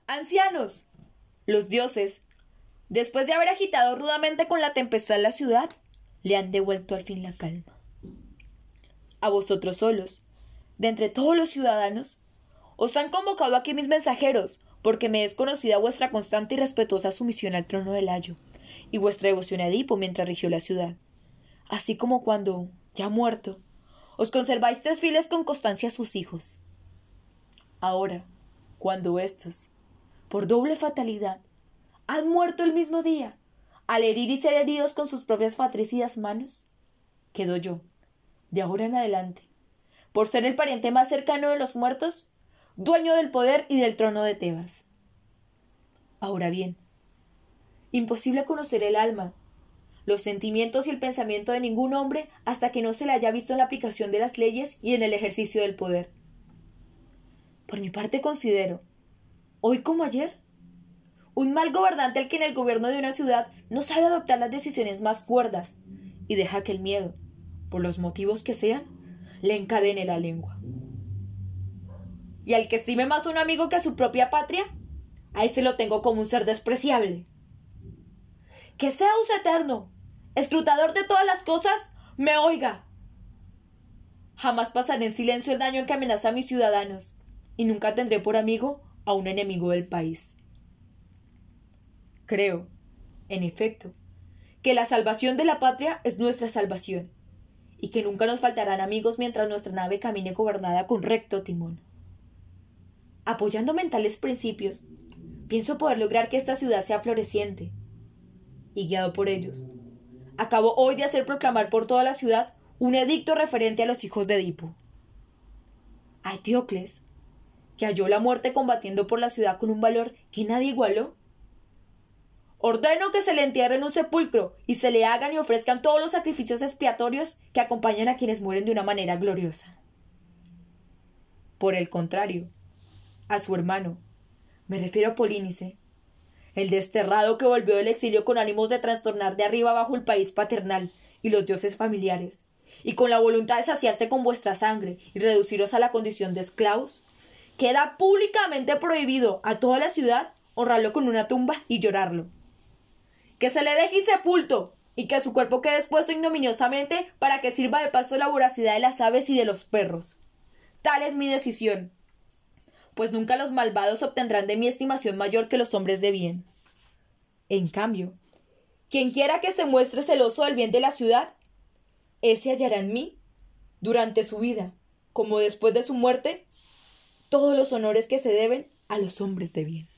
¡Ancianos! Los dioses, después de haber agitado rudamente con la tempestad la ciudad, le han devuelto al fin la calma. A vosotros solos, de entre todos los ciudadanos, os han convocado aquí mis mensajeros, porque me es conocida vuestra constante y respetuosa sumisión al trono de Layo, y vuestra devoción a Edipo mientras rigió la ciudad, así como cuando, ya muerto, os conserváis fieles con constancia a sus hijos. Ahora, cuando éstos, por doble fatalidad, han muerto el mismo día, al herir y ser heridos con sus propias fratricidas manos, quedo yo, de ahora en adelante, por ser el pariente más cercano de los muertos, dueño del poder y del trono de Tebas. Ahora bien, imposible conocer el alma, los sentimientos y el pensamiento de ningún hombre hasta que no se le haya visto en la aplicación de las leyes y en el ejercicio del poder. Por mi parte considero, hoy como ayer, un mal gobernante el que en el gobierno de una ciudad no sabe adoptar las decisiones más cuerdas y deja que el miedo, por los motivos que sean, le encadene la lengua. Y al que estime más a un amigo que a su propia patria, a ese lo tengo como un ser despreciable. Que Zeus eterno, escrutador de todas las cosas, me oiga. Jamás pasaré en silencio el daño que amenaza a mis ciudadanos, y nunca tendré por amigo a un enemigo del país. Creo, en efecto, que la salvación de la patria es nuestra salvación, y que nunca nos faltarán amigos mientras nuestra nave camine gobernada con recto timón. Apoyándome en tales principios, pienso poder lograr que esta ciudad sea floreciente, y guiado por ellos, acabo hoy de hacer proclamar por toda la ciudad un edicto referente a los hijos de Edipo. A Eteocles, que halló la muerte combatiendo por la ciudad con un valor que nadie igualó, ordeno que se le entierre en un sepulcro y se le hagan y ofrezcan todos los sacrificios expiatorios que acompañan a quienes mueren de una manera gloriosa. Por el contrario, a su hermano, me refiero a Polínice, el desterrado que volvió del exilio con ánimos de trastornar de arriba abajo el país paternal y los dioses familiares, y con la voluntad de saciarse con vuestra sangre y reduciros a la condición de esclavos, queda públicamente prohibido a toda la ciudad honrarlo con una tumba y llorarlo. Que se le deje insepulto y que su cuerpo quede expuesto ignominiosamente para que sirva de pasto a la voracidad de las aves y de los perros. Tal es mi decisión, pues nunca los malvados obtendrán de mi estimación mayor que los hombres de bien. En cambio, quien quiera que se muestre celoso del bien de la ciudad, ese hallará en mí, durante su vida, como después de su muerte, todos los honores que se deben a los hombres de bien.